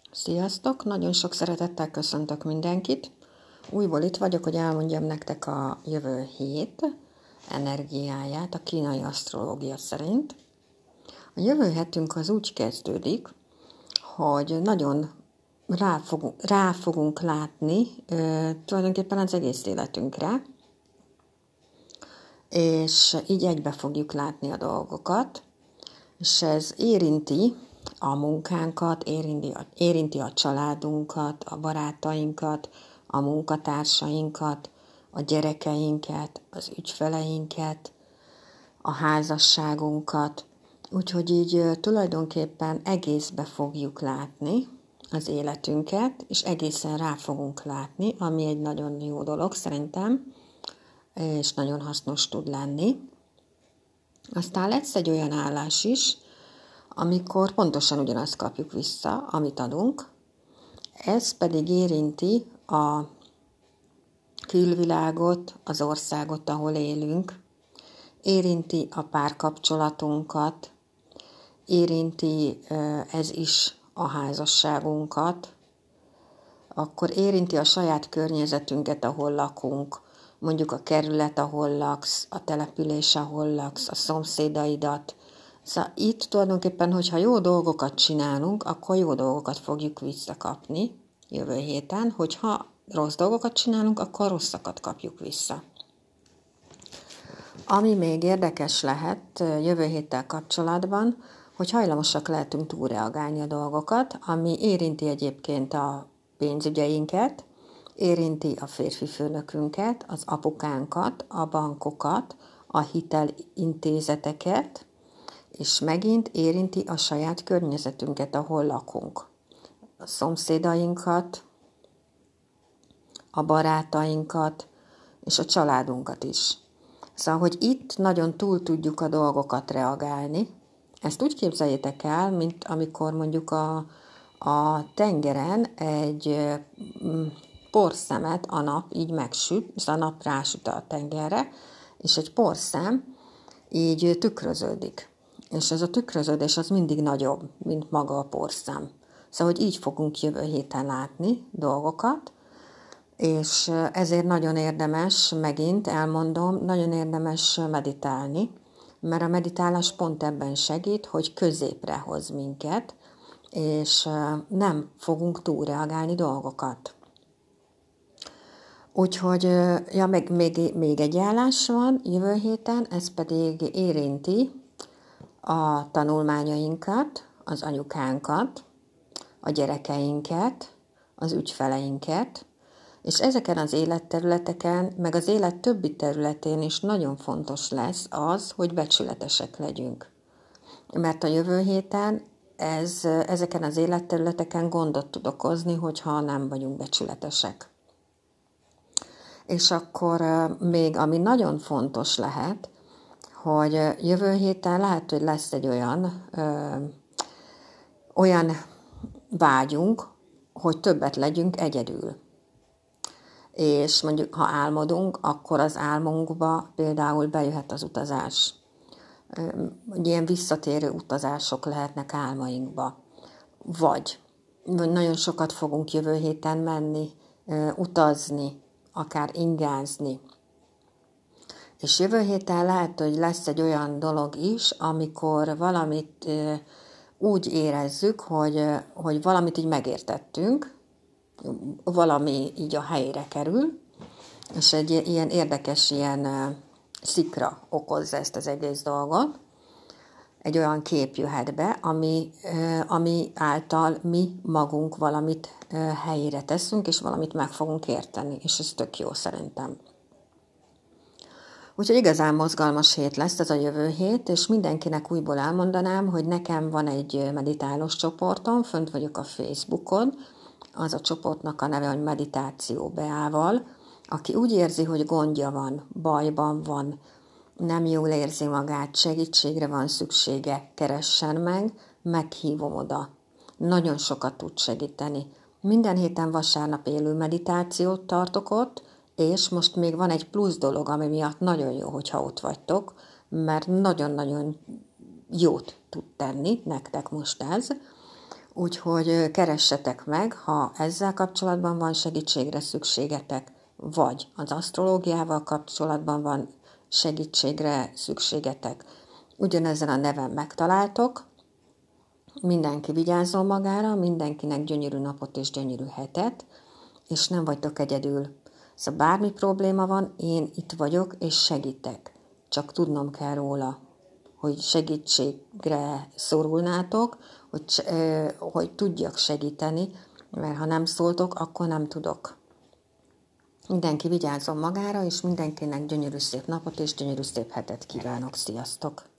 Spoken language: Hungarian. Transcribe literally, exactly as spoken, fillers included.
Sziasztok! Nagyon sok szeretettel köszöntök mindenkit. Újból itt vagyok, hogy elmondjam nektek a jövő hét energiáját a kínai asztrológia szerint. A jövő hetünk az úgy kezdődik, hogy nagyon rá fogunk, rá fogunk látni e, tulajdonképpen az egész életünkre, és így egybe fogjuk látni a dolgokat, és ez érinti a munkánkat, érinti a, érinti a családunkat, a barátainkat, a munkatársainkat, a gyerekeinket, az ügyfeleinket, a házasságunkat. Úgyhogy így tulajdonképpen egészbe fogjuk látni az életünket, és egészen rá fogunk látni, ami egy nagyon jó dolog szerintem, és nagyon hasznos tud lenni. Aztán lesz egy olyan állás is, amikor pontosan ugyanazt kapjuk vissza, amit adunk. Ez pedig érinti a külvilágot, az országot, ahol élünk, érinti a párkapcsolatunkat, érinti ez is a házasságunkat, akkor érinti a saját környezetünket, ahol lakunk, mondjuk a kerület, ahol laksz, a település, ahol laksz, a szomszédaidat. Szóval itt tulajdonképpen, hogyha jó dolgokat csinálunk, akkor jó dolgokat fogjuk visszakapni jövő héten, hogyha rossz dolgokat csinálunk, akkor rosszakat kapjuk vissza. Ami még érdekes lehet jövő héttel kapcsolatban, hogy hajlamosak lehetünk túlreagálni a dolgokat, ami érinti egyébként a pénzügyeinket, érinti a férfi főnökünket, az apukánkat, a bankokat, a hitelintézeteket, és megint érinti a saját környezetünket, ahol lakunk. A szomszédainkat, a barátainkat, és a családunkat is. Szóval, hogy itt nagyon túl tudjuk a dolgokat reagálni. Ezt úgy képzeljétek el, mint amikor mondjuk a, a tengeren egy porszemet a nap így megsüt, és a nap rásüt a tengerre, és egy porszem így tükröződik. És ez a tükröződés az mindig nagyobb, mint maga a porszem. Szóval, hogy így fogunk jövő héten látni dolgokat, és ezért nagyon érdemes, megint elmondom, nagyon érdemes meditálni, mert a meditálás pont ebben segít, hogy középre hoz minket, és nem fogunk túlreagálni dolgokat. Úgyhogy ja, meg, még, még egy állás van jövő héten, ez pedig érinti a tanulmányainkat, az anyukánkat, a gyerekeinket, az ügyfeleinket, és ezeken az életterületeken, meg az élet többi területén is nagyon fontos lesz az, hogy becsületesek legyünk. Mert a jövő héten ez, ezeken az életterületeken gondot tud okozni, hogyha nem vagyunk becsületesek. És akkor még ami nagyon fontos lehet, hogy jövő héten lehet, hogy lesz egy olyan, ö, olyan vágyunk, hogy többet legyünk egyedül. És mondjuk, ha álmodunk, akkor az álmunkba például bejöhet az utazás. Ilyen visszatérő utazások lehetnek álmainkba. Vagy nagyon sokat fogunk jövő héten menni, utazni, akár ingázni. És jövő héten lehet, hogy lesz egy olyan dolog is, amikor valamit úgy érezzük, hogy, hogy valamit így megértettünk, valami így a helyére kerül, és egy ilyen érdekes ilyen szikra okozza ezt az egész dolgot. Egy olyan kép jöhet be, ami, ami által mi magunk valamit helyére teszünk, és valamit meg fogunk érteni, és ez tök jó szerintem. Úgyhogy igazán mozgalmas hét lesz ez a jövő hét, és mindenkinek újból elmondanám, hogy nekem van egy meditálós csoportom, fönt vagyok a Facebookon, az a csoportnak a neve, hogy Meditáció Beával, aki úgy érzi, hogy gondja van, bajban van, nem jól érzi magát, segítségre van szüksége, keressen meg, meghívom oda. Nagyon sokat tud segíteni. Minden héten vasárnap élő meditációt tartok ott, és most még van egy plusz dolog, ami miatt nagyon jó, hogyha ott vagytok, mert nagyon-nagyon jót tud tenni nektek most ez, Úgyhogy keressetek meg, ha ezzel kapcsolatban van segítségre szükségetek, vagy az asztrológiával kapcsolatban van segítségre szükségetek. Ugyanezen a neven megtaláltok. Mindenki vigyázzon magára, mindenkinek gyönyörű napot és gyönyörű hetet, és nem vagytok egyedül. Szóval bármi probléma van, én itt vagyok, és segítek. Csak tudnom kell róla, hogy segítségre szorulnátok, hogy, hogy tudjak segíteni, mert ha nem szóltok, akkor nem tudok. Mindenki vigyázzon magára, és mindenkinek gyönyörű szép napot és gyönyörű szép hetet kívánok. Sziasztok!